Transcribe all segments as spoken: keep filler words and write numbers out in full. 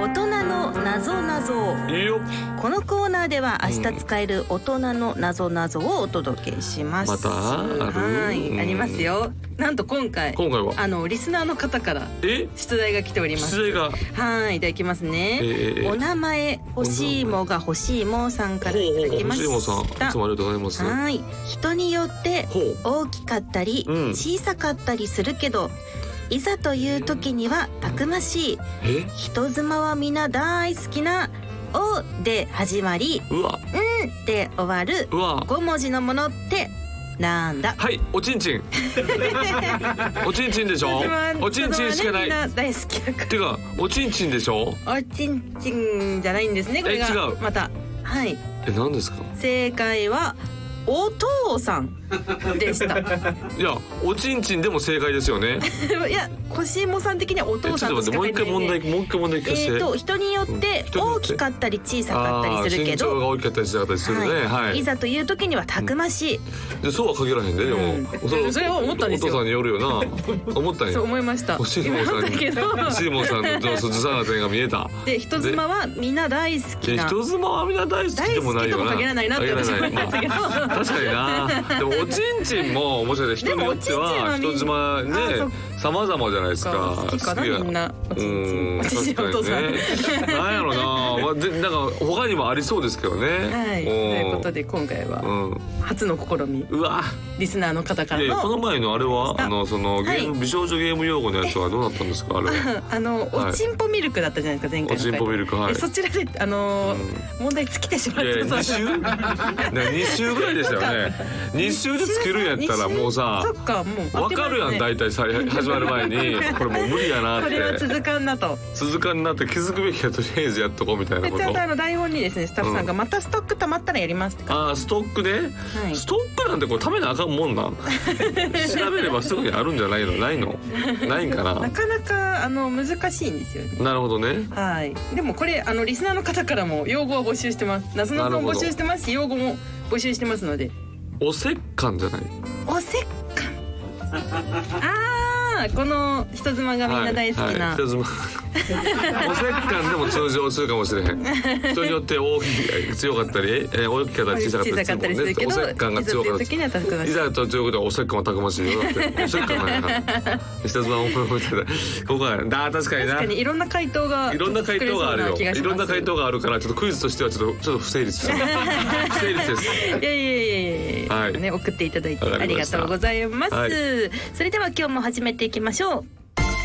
大人の謎謎。 いいよ。 このコーナーでは明日使える大人の謎謎をお届けします。 またある？ はい、ありますよ。なんと今回今回はあのリスナーの方から出題が来ております。 出題がはい、いただきますね、えー、お名前欲しいもが欲しいもさんからいただきました。 欲しいもさん、いつもありがとうございます。 はい、人によって大きかったり、うん、小さかったりするけど、いざという時にはたくましい、 え人妻はみんな大好きなおで始まり、 うわんで終わるご文字のものってなんだ。 はい、おちんちんおちんちんでしょ。おちんちんしかない。みんな大好きだから。 てかおちんちんでしょ。 おちんちんじゃないんですね、これが。 え、違う。 またはいえ、何ですか。 正解はお父さんでしたいや、おちんちんでも正解ですよねいや、こしいもさん的にはお父さんとしか書いてないんで、 もう一回問題もう一回問題聞かせて。 えーと人によって大きかったり小さかったりするけど、 身長が大きかったり小さかったりするね、はいはい、 いざという時にはたくましい、 うん、でそうは限らへんで、でも、 うん、それそれは思ったんですよ。 お父さんによるよな思ったんや。 そう思いました。 欲しいもんさんに欲しいもんさんのずさな点が見えた。 で人妻はみんな大好きな、 人妻はみんな大好きでもないよな。 大好きとも限らないなって私は思いましたけど確かにな。でもおちんちんも面白いで、人によっては人妻ね様々じゃないですか。 好きかなみんなおちんちん。おちんちんお父さん。 なんやろな。なんか他にもありそうですけどね。 はい。ということで今回は初の試み。 うわ。 リスナーの方からの。 この前のあれはあのそのゲーム美少女ゲーム用語のやつはどうなったんですかあれ。 あのおちんぽミルクだったじゃないですか前回の。 おちんぽミルク、はい。 そちらであの問題尽きてしまった。 に週？に週ぐらいでしたよね。に週でつけるんやったらもうさ、 そっかもうわかるやん大体さ始まる前にこれもう無理やなって。 これは続かんなと。 続かんなって気づくべきはとりあえずやっとこうみたいなこと。 ちゃんとあの台本にですねスタッフさんがまたストック溜まったらやりますって。 ああストックで、はい、ストックなんてこうためなあかんもんなん。調べればすぐにあるんじゃないのないのないんかな。 なかなかあの難しいんですよね。 なるほどね。 はい。でもこれあのリスナーの方からも用語を募集してます。謎々も募集してますし用語も募集してますので。 おせっかんじゃない。 おせっかん。ああこの人妻がみんな大好きな。 はいはい、人妻。おせっかんでも通常するかもしれへん。人によって大きい強かったり、えー、大きかったり小さかったりするけど、おせっかんが強かったり。いざということはおせっかんはたくましいよ。だっておせっかんなんやな。人妻思い思いてた。ここはだ確かにな。 確かにいろんな回答がいろんな回答があるよ。いろんな回答があるからちょっとクイズとしてはちょっとちょっと不成立した。不成立です。 いやいやいやいや、はい、ね送っていただいてありがとうございます。はい、それでは今日も始めていきましょう。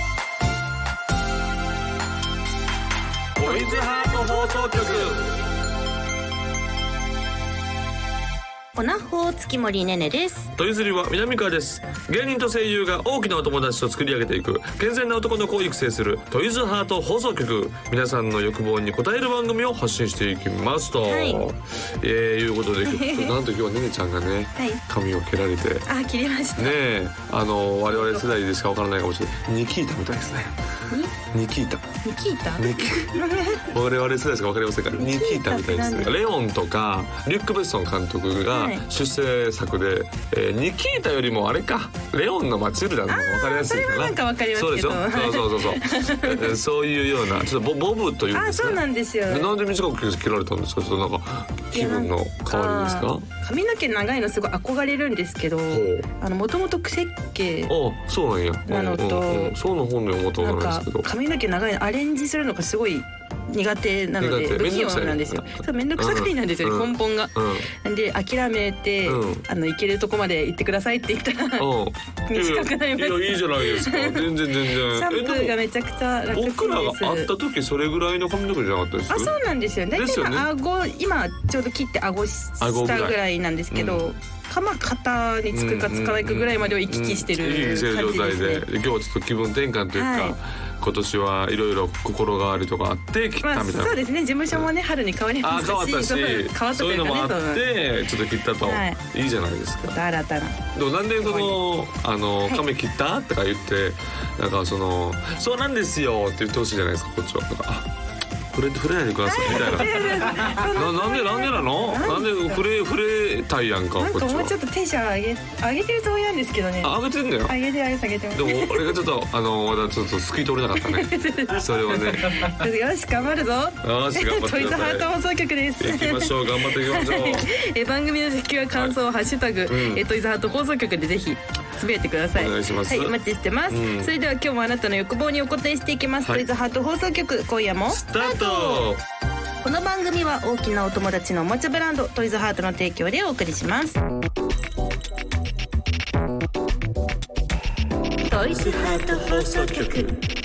トイズハート放送局。 おなほ月森ねねです。 トイズリは南川です。芸人と声優が大きなお友達と作り上げていく健全な男の子を育成するトイズハート放送局。皆さんの欲望に応える番組を発信していきますと、はい、えー、いうことでなんと今日はねねちゃんがね、はい、髪を切られてあ切りましたねえ、あの我々世代でしかわからないかもしれないニキータみたいですね。ニキータニキータニキ我々世代しかわかりませんからニキータみたいですね。レオンとかリュック・ベッソン監督が出世作で、はい、えー、ニキータよりもあれかレオンのマチルダの方がわかりやすいかな。 それはなんかわかりますけど。 そうでしょ。そうそうそうそうえー、そういうようなちょっと ボ, ボブというんですか。 あそうなんですよ。 なんで短く切られたんですか。ちょっとなんか気分の変わりですか。 髪の毛長いのすごい憧れるんですけど、あの元々癖っ気そうなんやなのと、うんうん、 そうの本で思ったことないですけど、 髪の毛長いのアレンジするのがすごい苦手なので不器用なんですよ。そうめんどくさがりなんですよね、うん、根本が、うん、で諦めて、うん、あの行けるとこまで行ってくださいって言ったら、うん、短くなりました。 いやいいじゃないですか全然全然シャンプーがめちゃくちゃ楽ちんです。 僕らが会った時それぐらいの髪の毛じゃなかったです。 あそうなんですよね。ですよね。顎今ちょうど切って顎下ぐらいなんですけど、かま肩につくかつかないかぐらいまでを行き来してる感じですね。 状態で今日はちょっと気分転換というか、はい、今年はいろいろ心変わりとかあって切ったみたいな、まあ、 そうですね。事務所もね春に変わりましたし、 あ変わったし変わったというか、ね、そういうのもあってちょっと切ったと、はい、いいじゃないですか。 新たなでもなんでそのあの髪切った、とか言ってなんかそのそうなんですよって言ってほしいじゃないですかこっちは。なんかあ触れ触れないでくださいみたいなな, なんでなんでなのなんで触れ触れたいやんか。 なんかもうちょっとテンション上げ上げてるつもりなんですけどね。 あ上げてんだよ。 上げて上げて上げてます。 でも俺がちょっとあのまだちょっと救い取れなかったねそれをね。 よし頑張るぞ。 よし頑張ってください。 トイズハート放送局です。 行きましょう。頑張っていきましょうえ番組の実況や感想をハッシュタグ、うん、えトイズハート放送局でぜひつぶやいてください。 お願いします。 はい、お待ちしてます、うん、それでは今日もあなたの欲望にお答えしていきます、はい、トイズハート放送局今夜もスタート。 この番組は大きなお友達のおもちゃブランドトイズハートの提供でお送りします。トイズハート放送局。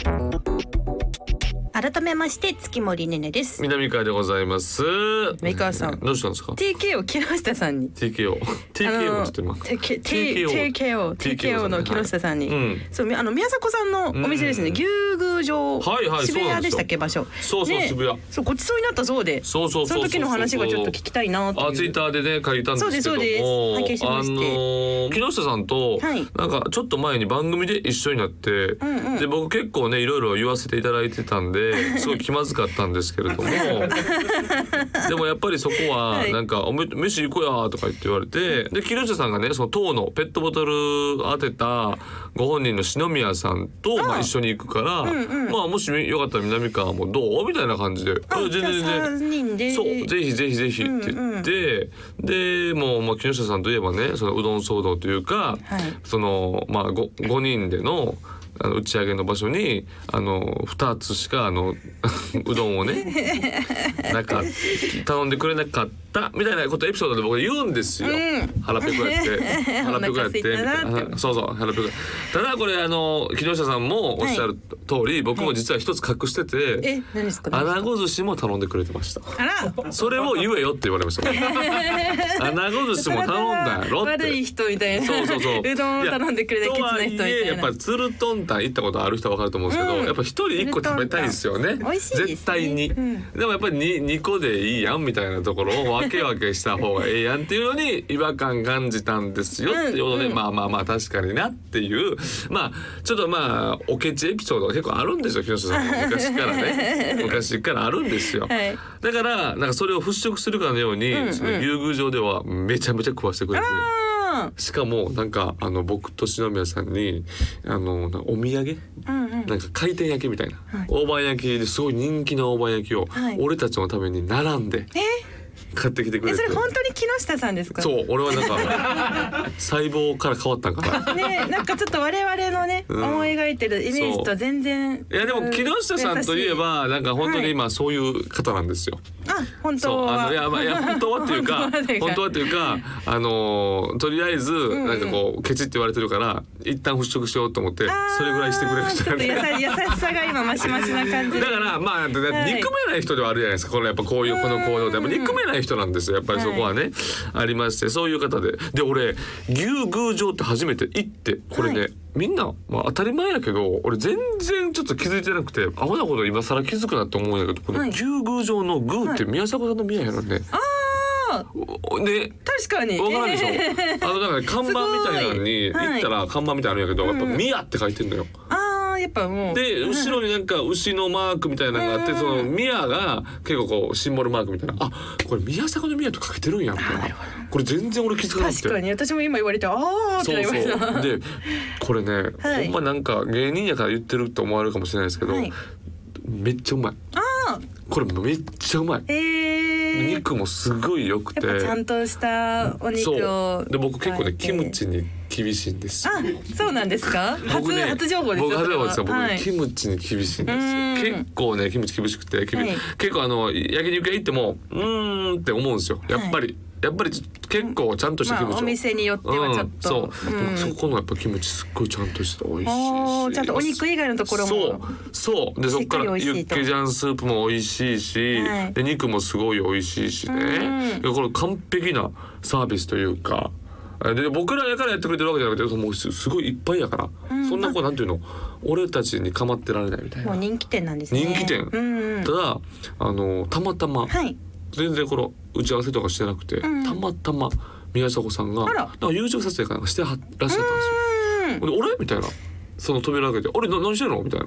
改めまして月森ねねです。 南川でございます。 三川さんどうしたんですか。 ティーケーオー 木下さんにティーケーオー ティーケーオー って言ってます。 ティーケーオー ティーケーオー の木下さんに、はい、うん、そうあの宮迫さんのお店ですね、うん、牛宮城、はいはい、渋谷でしたっけ場所。 そうそう、ね、渋谷。 そうごちそうになったそうで、 そうそうそうそう、 その時の話がちょっと聞きたいなっていう。 あツイッターでね書いたんですけども、 そうですそうです、拝見しまして、あのー、木下さんと、はい、なんかちょっと前に番組で一緒になって、うんうん、で僕結構ねいろいろ言わせていただいてたんですごい気まずかったんですけれどもでもやっぱりそこはなんか、はい、お飯行こうやとか言って言われて、で木下さんがねその当のペットボトル当てたご本人の篠宮さんとまあ一緒に行くから、うんうん、まあもしよかったら南川もどうみたいな感じで、 全然全然そうぜひぜひぜひって言って、うんうん、でもう、まあ、木下さんといえばねそのうどん騒動というか、はい、そのまあ 5, ごにんでのあの打ち上げの場所にあのふたつしかあのうどんをねなんか頼んでくれなかったみたいなことエピソードで僕言うんですよ、うん、腹ペコやって腹ペコやってみたいな、そうそう腹ペコ。ただこれあの木下さんもおっしゃる通り、はい、僕も実は一つ隠してて、はい、 え何ですかアナゴ寿司も頼んでくれてました。 あらそれを言えよって言われましたアナゴ寿司も頼んだやろって。 悪い人みたいな。 そうそうそううどんを頼んでくれたケチな人みたいな。 やっぱツルトンタン行ったことある人は分かると思うんですけど、うん、やっぱ一人一個食べたいですよね。 美味しいですね絶対に、うん、でもやっぱり 2, にこでいいやんみたいなところを分け分けした方がええやんっていうのに違和感感じたんですよっていうことで、うん、まあまあまあ確かになっていうまあちょっとまあおケチエピソードが結構あるんですよ木下さんも昔からね昔からあるんですよ、はい、だからなんかそれを払拭するかのように、うんうん、その牛宮城ではめちゃめちゃ食わしてくれて、しかもなんかあの僕と篠宮さんにあのお土産、うんうん、なんか回転焼きみたいな、はい、大判焼きですごい人気の大判焼きを、はい、俺たちのために並んで買ってきてくれて。 えそれ本当に木下さんですか。 そう俺はなんか細胞から変わったんかなねなんかちょっと我々のね、うん、思い描いてるイメージとは全然。 いやでも木下さんといえばなんか本当に今そういう方なんですよ、 はい、あ本当はあのいや、まあ、いや本当はっていうか本当はっていうかあのー、とりあえずなんかこうケチって言われてるから一旦払拭しようと思ってそれぐらいしてくれる人なんで、 ちょっと優しさが今マシマシな感じでだからまあ憎めない人ではあるじゃないですか。このやっぱこういうこの行動でやっぱ憎めない人なんですよやっぱりそこはね、はい、ありましてそういう方でで俺牛宮城って初めて行ってこれね、はい、みんな、まあ、当たり前やけど俺全然ちょっと気づいてなくてアホなこと今更気づくなって思うんやけどこの牛宮城の宮って宮迫さんの宮やろね、はいで確かに分からんでしょあのだから看板みたいなのに行ったら看板みたいなのあるんやけど、はい、やっぱ宮って書いてんのよ、 うんやっぱもうで後ろになんか牛のマークみたいなのがあって、うん、その宮が結構こうシンボルマークみたいなあこれ宮迫の宮とかけてるんやみたいなこれ全然俺気づかなくて確かに私も今言われてああってなりました。 そうそうでこれね、はい、ほんまなんか芸人やから言ってるって思われるかもしれないですけど、はい、めっちゃうまい。 あこれめっちゃうまい。 えー、 肉もすごい良くてやっぱちゃんとしたお肉をで僕結構ねキムチに厳しいんですよ。 あそうなんですか初、ね、初情報ですよ。 僕初情報ですよ。僕、ねはい、キムチに厳しいんですよ。結構ねキムチ厳しくて、はい、結構あの焼肉屋行ってもうーんって思うんですよやっぱり、はいやっぱり結構ちゃんとしたキムチを、まあ、 お店によってはちょっと、 うん、そう、うん、そこのやっぱキムチすっごいちゃんとして美味しいしちゃんとお肉以外のところもそうそうでそっからユッケジャンスープも美味しいし、はい、で肉もすごい美味しいしね、うん、これ完璧なサービスというかで僕らやからやってくれてるわけじゃなくてもうすごいいっぱいやから、うん、そんな子なんていうの俺たちに構ってられないみたいなもう人気店なんですね。 人気店、うんうん、ただあのたまたま、はい全然この打ち合わせとかしてなくて、うん、たまたま宮迫さんがなんか YouTube 撮影かなんかしてはらっしゃったんですよ。で俺みたいなその扉開けて「俺何してんの?」みたいな「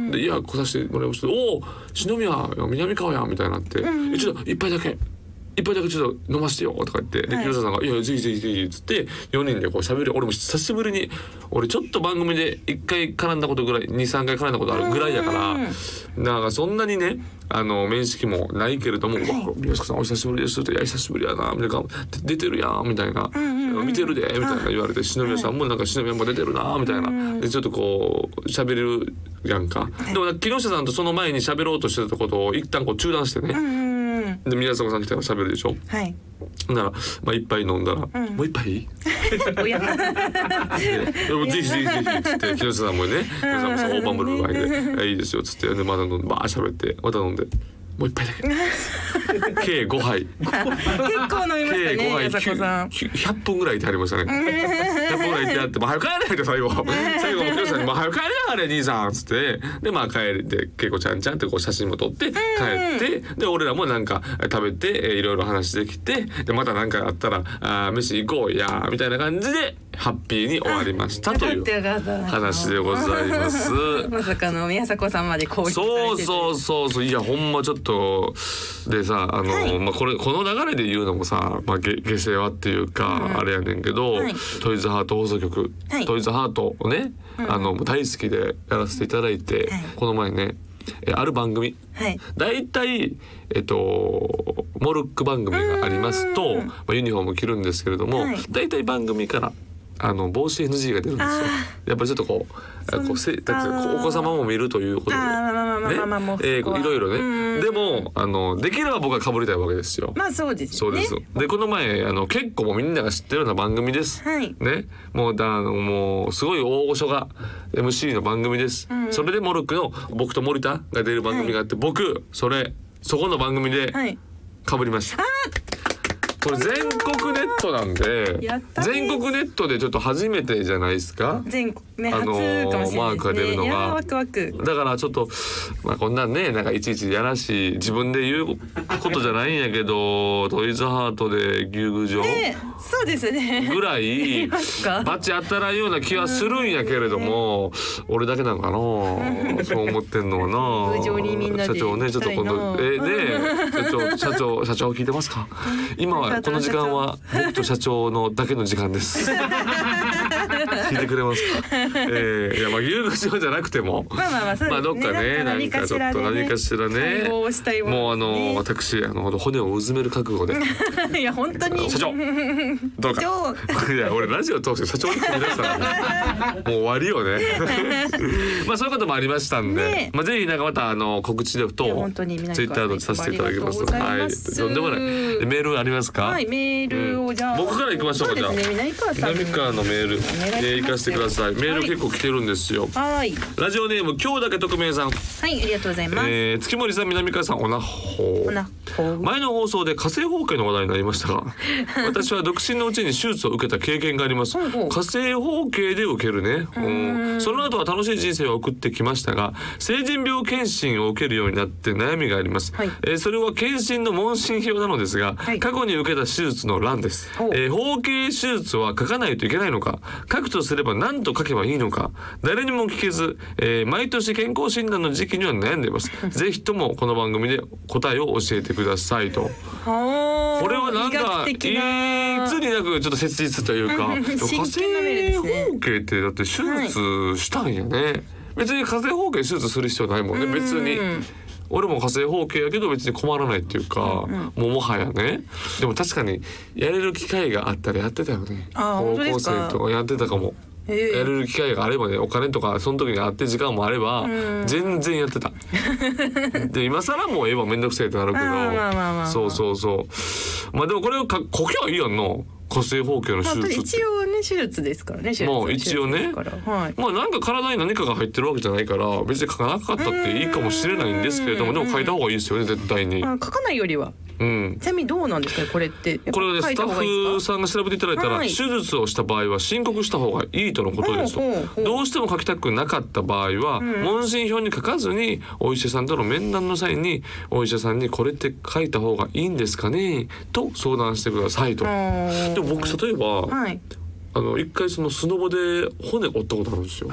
でいや来させてもらいました。おお篠宮南川やみたいになって、うん、ちょっと一杯だけ一杯だけちょっと飲ましてよとか言って、で木下さんが「いやぜひぜひぜひ」っつってよにんでこう喋る。俺も久しぶりに俺ちょっと番組でいっかい絡んだことぐらい にさんかい絡んだことあるぐらいやから、なんかそんなにねあの面識もないけれども「宮下さんお久しぶりです」って「いや久しぶりやな」みたいな「出てるやん」みたいな「見てるで」みたいな言われて、篠宮さんもなんか篠宮も出てるなみたいなでちょっとこう喋れるやんか。でも木下さんとその前に喋ろうとしてたことを一旦こう中断してね。で宮迫さん来たら喋るでしょ。はい。ならまあ一杯飲んだら、うん、もう一杯？おや。でもぜひぜひぜひっつって木下さんもね、木下さんもそう大盤振る舞いでいいですよっつってでまだ飲んでバー喋ってまた飲んで。もう一杯だけ計ごはい結構飲みましたね宮迫さん。 ひゃっぷんぐらいいてありましたね。ひゃっぷんぐらいいてあって「もう早く帰れ!」って最後最後も木下さんに「もう早く帰れなあれ兄さん」っつってでまあ帰りで結構ちゃんちゃんってこう写真も撮って帰ってで俺らもなんか食べていろいろ話できてでまたなんかあったら「あ飯行こうや」みたいな感じでハッピーに終わりましたという話でございます。 まさかの宮迫さんまでこうそうそうそうそういやほんまちょっとでさあの、はい、まあこれこの流れで言うのもさ、まあ、下下世話っていうか、うん、あれやねんけど、はい、トイズハート放送局、はい、トイズハートをね、うん、あの大好きでやらせていただいて、はい、この前ねある番組、はい、だいたいえっとモルック番組がありますと、まあ、ユニフォーム着るんですけれども、はい、だいたい番組からあの帽子 エヌジー が出るんですよ。やっぱりちょっとこうこうせだってお子様も見るということでね、いろいろね。でもあのできれば僕は被りたいわけですよ。 まあそうですよね。そうです。でこの前あの結構もうみんなが知ってるような番組です。はい、ね、もうだあのもうすごい大御所が エムシー の番組です。うん、それでモルックの僕と森田が出る番組があって、はい、僕それそこの番組で被りました。はいこれ全国ネットなんで全国ネットでちょっと初めてじゃないですか。 全国ねあの初かもしれないですね。 マークが出るのがワクワクだからちょっとまあこんなんねなんかいちいちやらしい自分で言うことじゃないんやけどトイズハートで牛宮城、 ね、そうですねぐらいバチ当たらんような気はするんやけれども、うん、俺だけなんかなそう思ってんのはな社長ねちょっと今度えね社長社長社長聞いてますか今はこの時間は僕と社長のだけの時間です聞いてくれますか、えー、いやまあ牛宮城じゃなくてもまあまあまあそうですね、 まあどっかね何かちょっと何かしらねもうあの私あの骨をうずめる覚悟でいや本当に社長どうかいや俺ラジオ通して社長に踏み出したらもう終わりよねまあそういうこともありましたんで、ね、まあぜひなんかまたあの告知でとツイッターでさせていただきますので、はい、とんでもないメールありますか。 はいメールをじゃあ、 うん、僕から行きましょうか。じゃあ南川さん南川のメールえ行かせてください。メール結構来てるんですよ。はい。ラジオネーム今日だけ匿名さん。 はいありがとうございます。 えー、月森さん南川さんおなほ。おなほ。前の放送で火星包茎の話題になりましたが私は独身のうちに手術を受けた経験があります。火星包茎で受けるね。うんその後は楽しい人生を送ってきましたが成人病検診を受けるようになって悩みがあります。はい、えー、それは検診の問診票なのですが、はい、過去に受けた手術の欄です。えー、包茎手術は書かないといけないのか書くとすれば何と書けばいいのか誰にも聞けず、えー、毎年健康診断の時期には悩んでいますぜひともこの番組で答えを教えてくださいと。これはなんかいつになくちょっと切実というか火星包茎ってだって手術したんやね、はい、別に火星包茎手術する必要ないもんね別に。俺も火星包茎やけど別に困らないっていうか、うんうん、もうもはやねでも確かにやれる機会があったらやってたよね。高校生とかやってたかも。やれる機会があればねお金とかその時にあって時間もあれば全然やってたで今更もうええわめんどくせえってなるけどそうそうそうまあでもこれをかこきゃいいやんの火星包茎の手術って一応ね手術ですからね。 まあ一応ね、はい、まあなんか体に何かが入ってるわけじゃないから別に書かなかったっていいかもしれないんですけれどもでも書いた方がいいですよね絶対に。 書かないよりはうん、ちなみにどうなんですかねこれってこれはねスタッフさんが調べていただいたら、はい、手術をした場合は申告した方がいいとのことですと。どうしても書きたくなかった場合は、うん、問診票に書かずにお医者さんとの面談の際にお医者さんにこれって書いた方がいいんですかねと相談してくださいと。でも僕例えば、はい、あの一回そのスノボで骨折ったことあるんですよ。 あら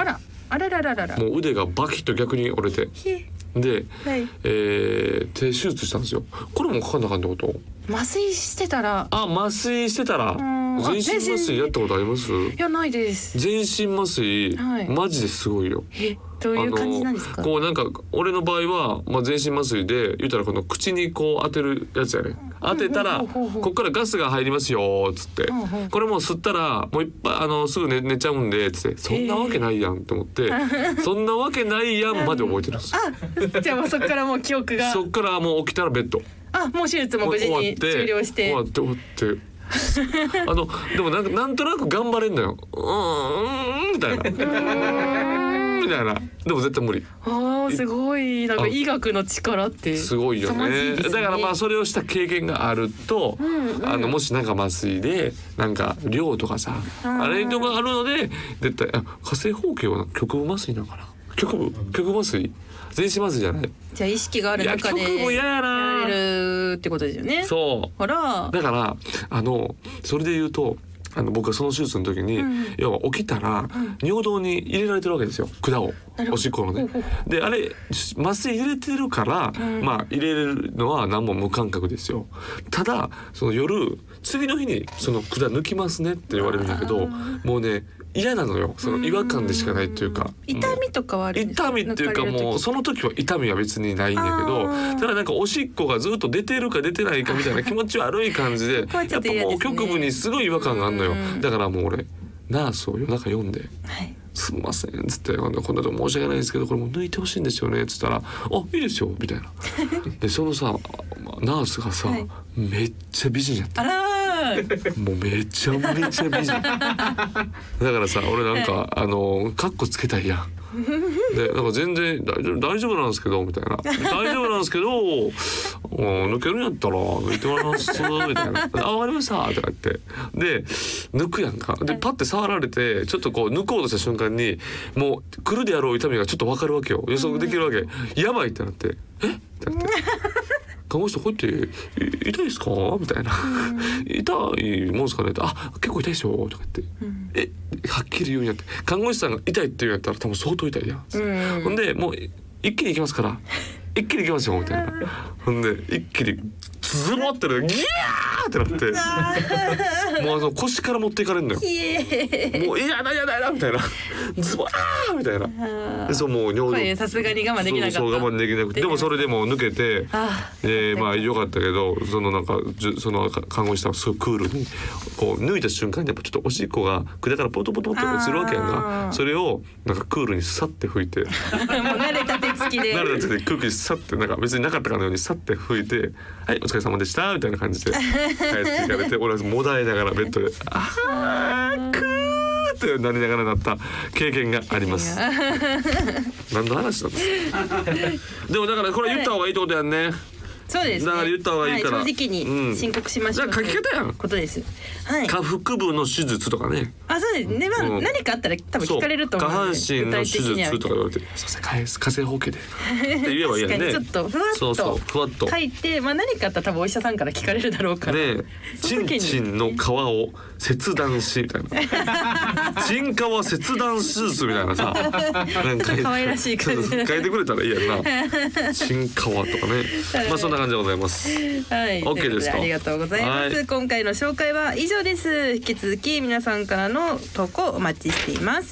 あららららら。 もう腕がバキッと逆に折れてで、はい、えー、手手術したんですよ。これもかかんなかったこと？ 麻酔してたら。 あ、麻酔してたら。全身麻酔やったことあります？ いや、ないです。 全身麻酔、はい、マジですごいよ。 え、どういう感じなんですか？ こうなんか俺の場合は、まあ、全身麻酔で言ったらこの口にこう当てるやつやね。当てたらここからガスが入りますよっつって、これもう吸ったらもういっぱいあのすぐ 寝, 寝ちゃうんでっつって、そんなわけないやんと思ってそんなわけないやんまで覚えてるんです。 あ、じゃあもうそっからもう記憶が。 そっからもう起きたらベッド。 あ、もう手術も無事に終了して終わって終わってあのでもなんかなんとなく頑張れんのよ。うーんみたいなみたいな。でも絶対無理。 ああ、すごい。なんか医学の力ってすごいよね。だからまあそれをした経験があると、うんうん、あのもしなんか麻酔でなんか量とかさ、あれとかあるので絶対、あ、火星包茎は局部麻酔なのかな。局部局部麻酔。全身麻酔じゃない。 じゃあ意識がある中で局部嫌やな。 やられるってことですよね。 そう。 ほら。 だからあのそれで言うと。あの僕はその手術の時に、うん、要は起きたら、うん、尿道に入れられてるわけですよ、管を、おしっこのね。であれ麻酔入れてるから、うん、まあ入れるのは何も無感覚ですよ。ただその夜次の日にその管抜きますねって言われるんだけど、もうね嫌なのよ。その違和感でしかないっていうか、 痛みとかはあるんですか？ 痛みっていうかもうその時は痛みは別にないんだけど、ただなんかおしっこがずっと出てるか出てないかみたいな気持ち悪い感じでやっぱもう局部にすごい違和感があるのよ。だからもう俺ナースを夜中読んで、はい、すみませんっつって、こんなと申し訳ないんですけどこれもう抜いてほしいんですよねっつったら、あ、いいですよみたいなでそのさナースがさ、はい、めっちゃ美人やった。 あらもうめちゃめちゃ美人だからさ、俺なんか、はい、あのカッコつけたいやんでなんか全然大丈夫大丈夫なんですけどみたいな、大丈夫なんですけど抜けるんやったら抜いてもらいますみたいな、あ、わかりましたとか言ってで抜くやんか。でパッて触られてちょっとこう抜こうとした瞬間にもう来るであろう痛みがちょっと分かるわけよ。予測できるわけ。やばいってなって、えってなって看護師さんこうやって痛いですかみたいな痛いもんですかねって、あ、結構痛いですよとか言って、うん、えはっきり言うんやって、看護師さんが痛いって言うんやったら多分相当痛いやん、うん、ほんでもう一気に行きますから一気に行きますよみたいな、ほんで一気にズボってるギャーってなってもうあの腰から持っていかれるのよ。もう嫌だ嫌だ嫌だみたいなズボーみたいな。でそうもう尿道さすがに我慢できなかった。 そうそう我慢できなくて、でもそれでも抜けて、でまあ良かったけど、そのなんかその看護師さんはすごいクールにこう抜いた瞬間にやっぱちょっとおしっこが管からポトポトって落ちるわけやんが、それをなんかクールにさって拭いてもう慣れた手つきで慣れた手つきで空気にさってなんか別になかったかのようにさって拭いて、はいお疲れ様でしたみたいな感じで帰っていかれて俺はもだえながらベッドであーくーってなりながらなった経験があります。何の話なんですかでもだからこれ言った方がいいってことやんね。 そうですね。 だから言った方がいいから、 はい、正直に申告しましょう、 うん、じゃあ書き方やんことです。はい。 下腹部の手術とかね。 あ、そうですね。まあ、うん、何かあったら多分聞かれると思うので。 下半身の手術とか言われて、すみません、火星包茎でって言えばいいやんね。 ちょっとふわっとそうそうふわっと書いて、まあ何かあったら多分お医者さんから聞かれるだろうから。 ね、チンチンの皮を切断しみたいな。チン皮切断手術みたいなさ。なんか可愛らしい感じで書いてくれたらいいやんな。チン皮とかね。まあそんな感じでございます。はい、OK ですか。 ありがとうございます、はい、今回の紹介は以上です。引き続き皆さんからの投稿お待ちしています。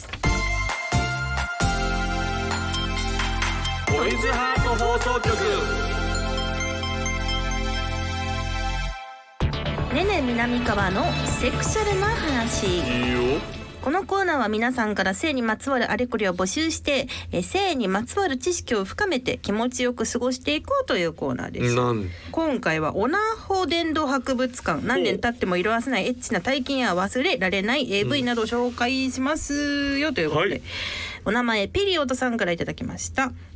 トイズハート放送局。 ねね南川のセクシャルな話。 いいよ。 このコーナーは皆さんから性にまつわるあれこれを募集して、え性にまつわる知識を深めて気持ちよく過ごしていこうというコーナーです。今回はオナホ伝道博物館、何年経っても色あせないエッチな体験や忘れられない エーブイ などを紹介しますよということで、はい、お名前ピリオドさんからいただきました。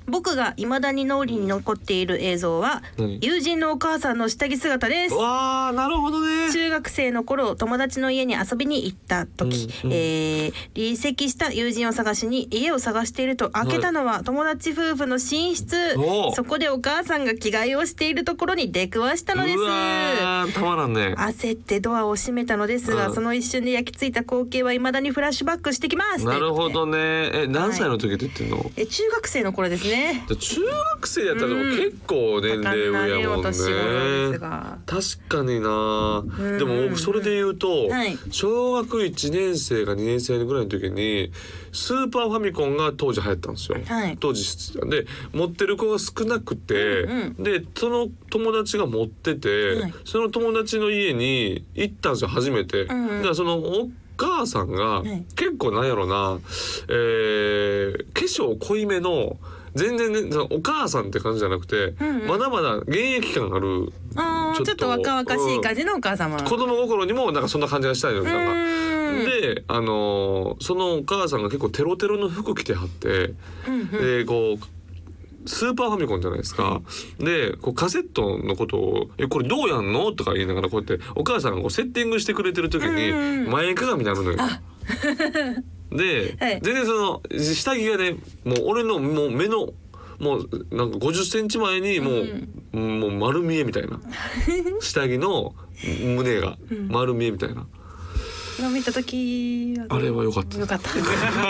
僕が未だに脳裏に残っている映像は友人のお母さんの下着姿です。 わー、なるほどね。 中学生の頃友達の家に遊びに行った時、うんうん、えー、離席した友人を探しに家を探していると開けたのは友達夫婦の寝室、はい、そこでお母さんが着替えをしているところに出くわしたのです。 うわー、たまらんね。 焦ってドアを閉めたのですが、うん、その一瞬で焼き付いた光景は未だにフラッシュバックしてきます。 なるほどね。え、何歳の時って言ってんの？はい、 え、中学生の頃ですね。 中学生やったら結構年齢上やもんね。確かにな。でもそれで言うと、はい、小学いちねん生かにねん生ぐらいの時にスーパーファミコンが当時流行ったんですよ、はい、当時で持ってる子が少なくて、うんうん、でその友達が持ってて、はい、その友達の家に行ったんですよ初めて、うんうん、だからそのお母さんが結構なんやろな、えー、化粧濃いめの全然ね、お母さんって感じじゃなくて、うんうん、まだまだ現役感ある、 あちょっと、ちょっと若々しい感じのお母様、うん、 子供心にもなんかそんな感じがしたいの。なんかで、あのー、そのお母さんが結構テロテロの服着てはって、うんうん、でこうスーパーファミコンじゃないですか、うん、でこうカセットのことを「えこれどうやんの?」とか言いながらこうやってお母さんがこうセッティングしてくれてる時に前かがみになるのよ。で、はい、全然その下着がねもう俺のもう目のもうなんかごじゅっセンチまえにもう、うん、もう丸見えみたいな下着の胸が丸見えみたいな、 うん、見た時あれは良かった。 良かった。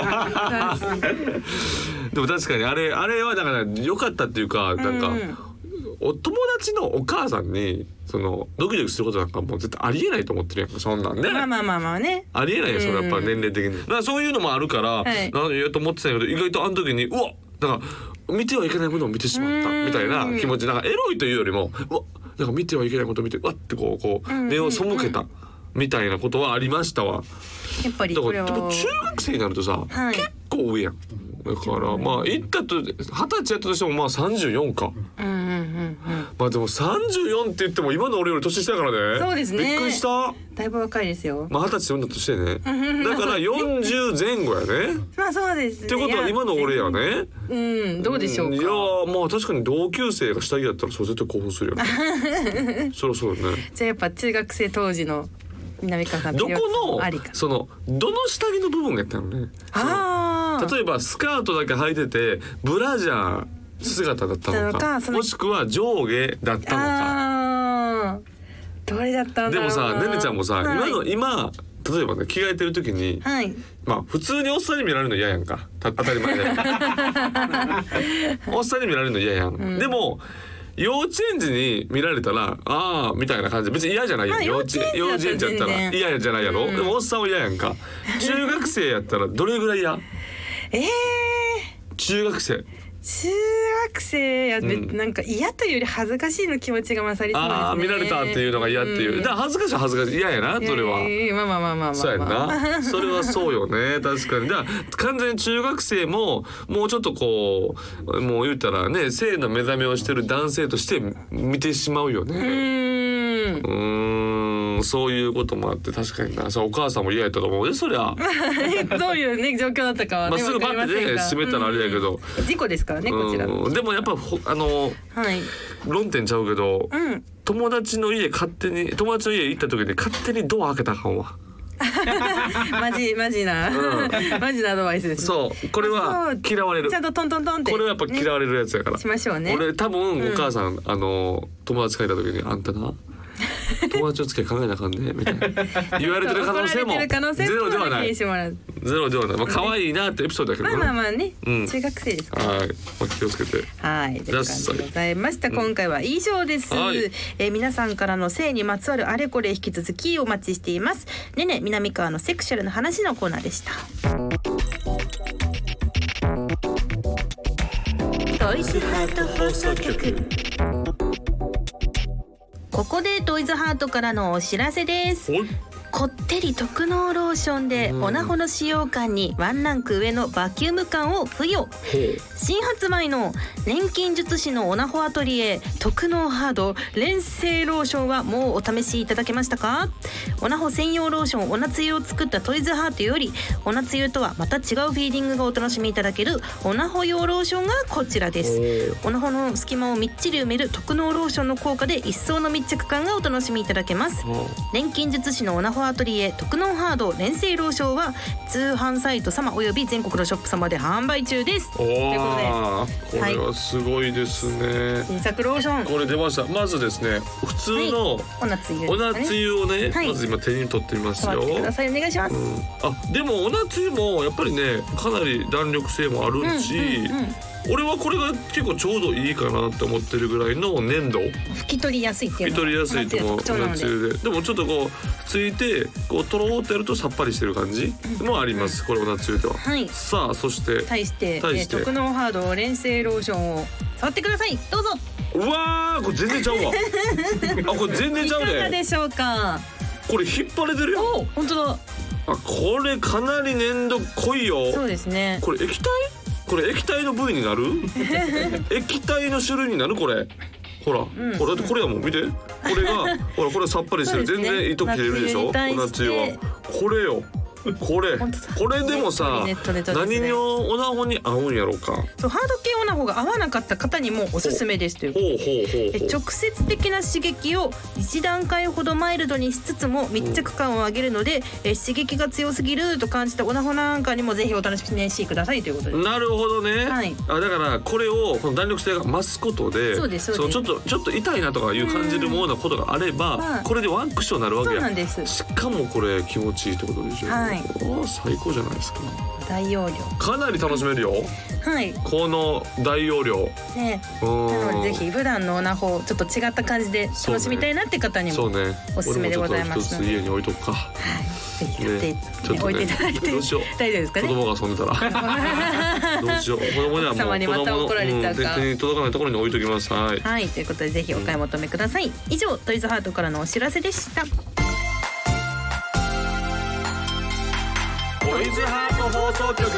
でも確かにあれあれはだから良かったっていうかなんか、うん、お友達のお母さんにそのドキドキすることなんかもう絶対ありえないと思ってるやんかそんなんね。 まあまあまあまあね。 ありえないよそれやっぱ年齢的に。だからそういうのもあるから、はい、なんで言うと思ってたけど意外とあの時にうわだから見てはいけないものを見てしまったみたいな気持ち、なんかエロいというよりもうわなんか見てはいけないことを見てわってこうこう目を背けたみたいなことはありましたわ。 やっぱりこれはだから中学生になるとさ、はい、結構上やん。だからまあ行ったと二十歳やったとしてもまあさんじゅうよんか。うんうんうんうん。まあでもさんじゅうよんって言っても今の俺より年下やからね。 そうですね。 びっくりした。 だいぶ若いですよ。 まあ二十歳読んだとしてね。だからよんじゅう前後やね。 まあそうですね。 ってことは今の俺やね。 うんどうでしょうか。 いやまあ確かに同級生が下着やったらそう絶対興奮するよね。そろそろね。 じゃあやっぱ中学生当時の南川さんどこのそのどの下着の部分がやったのね。ああ。例えばスカートだけ履いててブラジャー姿だったのかもしくは上下だったのか。 あどれだったんだろうな。 でもさねねちゃんもさ、はい、今の今例えばね着替えてる時に、はい、まあ普通におっさんに見られるの嫌やんか当たり前でおっさんに見られるの嫌やん、うん、でも幼稚園児に見られたらああみたいな感じで別に嫌じゃないよ、まあ、幼稚園幼稚園児やったら嫌じゃないやろ、うん、でもおっさんは嫌やんか。中学生やったらどれぐらい嫌？ えー、 中学生中学生や、うん、なんか嫌というより恥ずかしいの気持ちが勝りそうですね。 ああ見られたっていうのが嫌っていう、うん、だから恥ずかしい恥ずかしい嫌やなそれは。 えー、まあまあまあまあまあ、まあ、 そうやなそれはそうよね確かに。だから完全に中学生ももうちょっとこうもう言ったらね性の目覚めをしてる男性として見てしまうよね。うーんうーんそういうこともあって確かにな。そうお母さんも嫌やったと思うねそりゃ。 どういうね状況だったかは、ね、 まあ、すぐパッてね閉めたらあれやけど、 うん、事故ですからねこちら。 でもやっぱあの、はい、論点ちゃうけど、うん、友達の家勝手に友達の家行った時に勝手にドア開けたらあかんわ。 マジマジな、うん、マジなアドバイスです、ね、 そうこれは嫌われる。 ちゃんとトントントンってこれはやっぱ嫌われるやつやから、 ね、しましょうね。 俺多分お母さん、うん、あの友達書いた時にあんたな友達の付き合い考えなあかんねみたいな言われてる可能性もゼロではない。ゼロではない。まあ可愛いなってエピソードだけどね。 まあまあまあね、うん、中学生ですから。 はい、まあ、気をつけて。 はい、という感じでございました。今回は以上です。はい、えー、皆さんからの性にまつわるあれこれ引き続きお待ちしています。ねね南川のセクシャルの話のコーナーでした。トイズハート放送局。ここでトイズハートからのお知らせです。 こってり特納ローションでオナホの使用感にワンランク上のバキューム感を付与。新発売の年金術師のオナホアトリエ特納ハード連成ローションはもうお試しいただけましたか？オナホ専用ローションオナつゆを作ったトイズハートよりオナつゆとはまた違うフィーリングがお楽しみいただけるオナホ用ローションがこちらです。オナホの隙間をみっちり埋める特納ローションの効果で一層の密着感がお楽しみいただけます。年金術師のオナホアトリエ特納ハード連成ローションは通販サイト様および全国のショップ様で販売中です。 おー、これはすごいですね、 はい、新作ローションこれ出ました。まずですね普通の、はい、 オナつゆ、ね、 オナつゆをね、 はい、 まず今手に取ってみますよ。 触ってください。お願いします、うん、 あでもオナつゆもやっぱりねかなり弾力性もあるし、うんうんうん、俺はこれが結構ちょうどいいかなって思ってるぐらいの粘度、 拭き取りやすいっていうのが拭き取りやすいと思うオナつゆで。でもちょっとこうついてこうとろーってやるとさっぱりしてる感じもあります、うん、これオナつゆでは、はい、さあそして対して対して特納ハード連成ローションを触ってください。どうぞ。 うわーこれ全然ちゃうわあこれ全然ちゃうね。 いかがでしょうか。 これ引っ張れてるよ。 お本当だ。 あこれかなり粘度濃いよ。 そうですね。 これ液体これ液体の部位になる液体の種類になるこれほら、うん、ほらこれはもう見てこれがほらこれさっぱりしてる、ね、全然糸切れるでしょ。オナつゆはこれよこれこれでもさ、ね、何のオナホに合うんやろうか。 そうハード系オナホが合わなかった方にもおすすめですという。ほうほうほうほう。直接的な刺激を一段階ほどマイルドにしつつも密着感を上げるので、え刺激が強すぎると感じたオナホなんかにもぜひお楽しみくださいということです。 なるほどね、はい、あだからこれをこの弾力性が増すことでそうですそうです。そうちょっとちょっと痛いなとかいう感じるようなことがあれば、まあ、これでワンクッションになるわけや。 そうなんです。 しかもこれ気持ちいいってことでしょ。はい、最高じゃないですか。 大容量かなり楽しめるよ。 はい。 この大容量ね。なのでぜひ普段のオナホちょっと違った感じで楽しみたいなって方にもおすすめでございます。 そうね。俺もちょっと一つ家に置いとくか。はい。ぜひ買って、ねね、置いていただいて。どうしよう。大丈夫ですかね。子供が遊んでたら。どうしよう。子供にはもう様にまた怒られちゃうか。 手に届かないところに置いときます。はい。 はい。ということでぜひお買い求めください。うん、以上トイズハートからのお知らせでした。 トイズハート放送局。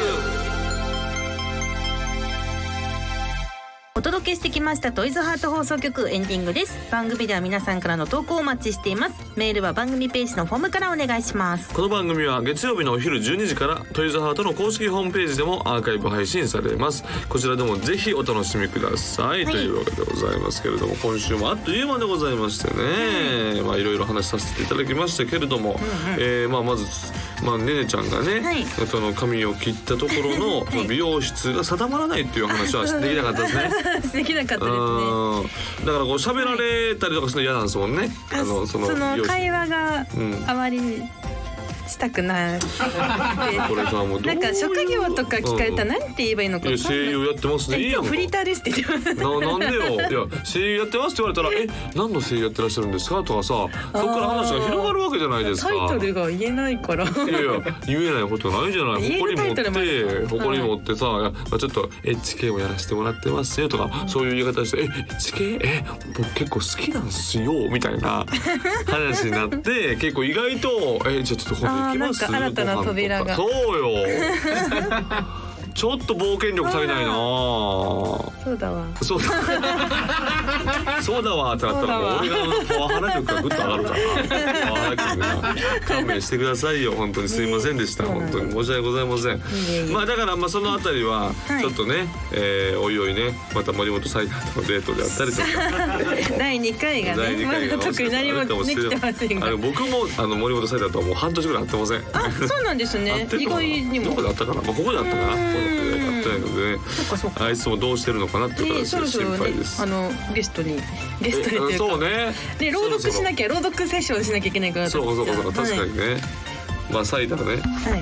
お届けしてきましたトイズハート放送局エンディングです。番組では皆さんからの投稿をお待ちしています。メールは番組ページのフォームからお願いします。 この番組は月曜日のお昼じゅうにじからトイズハートの公式ホームページでもアーカイブ配信されます。こちらでもぜひお楽しみください、はい、というわけでございますけれども、今週もあっという間でございましてね、はい、まあいろいろ話させていただきましたけれども、うんうんえー、まあまずまあねねちゃんがね、はい、その髪を切ったところのその美容室が定まらないっていう話はできなかったですね。 できなかったですね。 だからこう喋られたりとかするの嫌なんですもんね。 あのそのその会話があまりしたくない、これさもうなんか職業とか聞かれたら何て言えばいいのか。いや声優やってますね。いいやんか。 フリーターですって言ってます。 な, なんでよ。いや声優やってますって言われたらえ何の声優やってらっしゃるんですかとかさ、そこから話が広がるわけじゃないですか。 タイトルが言えないから。いやいや言えないことないじゃない。誇り持って誇り持ってさ、はい、ちょっと エイチケー をやらせてもらってますよとか、うん、そういう言い方してえ エイチケー え僕結構好きなんすよみたいな話になって結構意外とえじゃあちょっとこれ行きます。 なんか新たな扉が。 そうよ。ちょっと冒険力足りないな。 そうだわ。 そうだ。そうだわってなったらもう俺がパワハラ力がぐっと上がるから。パワハラ力が勘弁してくださいよ。本当にすいませんでした。本当に申し訳ございません。まあだからまあそのあたりはちょっとね、えー、おいおいねまた森本サイダーとのデートであったりとか。だいにかいがね。まだ特に何もできてませんが。あの僕もあの森本サイダーとはもう半年ぐらい会ってません。あ、そうなんですね。意外にも。どこで会ったかな。まあここで会ったかな。ので、ね、あいつもどうしてるのかなっていう形で心配です。 あのゲストにゲストにというかそうね。 で朗読しなきゃ朗読セッションしなきゃいけないから。 そうそうそうそう確かにね。はい、まあサイダーね。はい。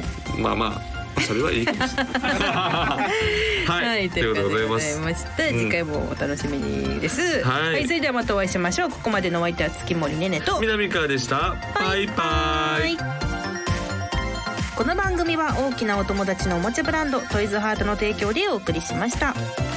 まあまあそれはいいかもしれない。はい、はい、ということでございました。 うん、次回もお楽しみにです。はい、はい、それではまたお会いしましょう。ここまでのお相手は月森ねねと南川でした。バイバイ。 この番組は大きなお友達のおもちゃブランドトイズハートの提供でお送りしました。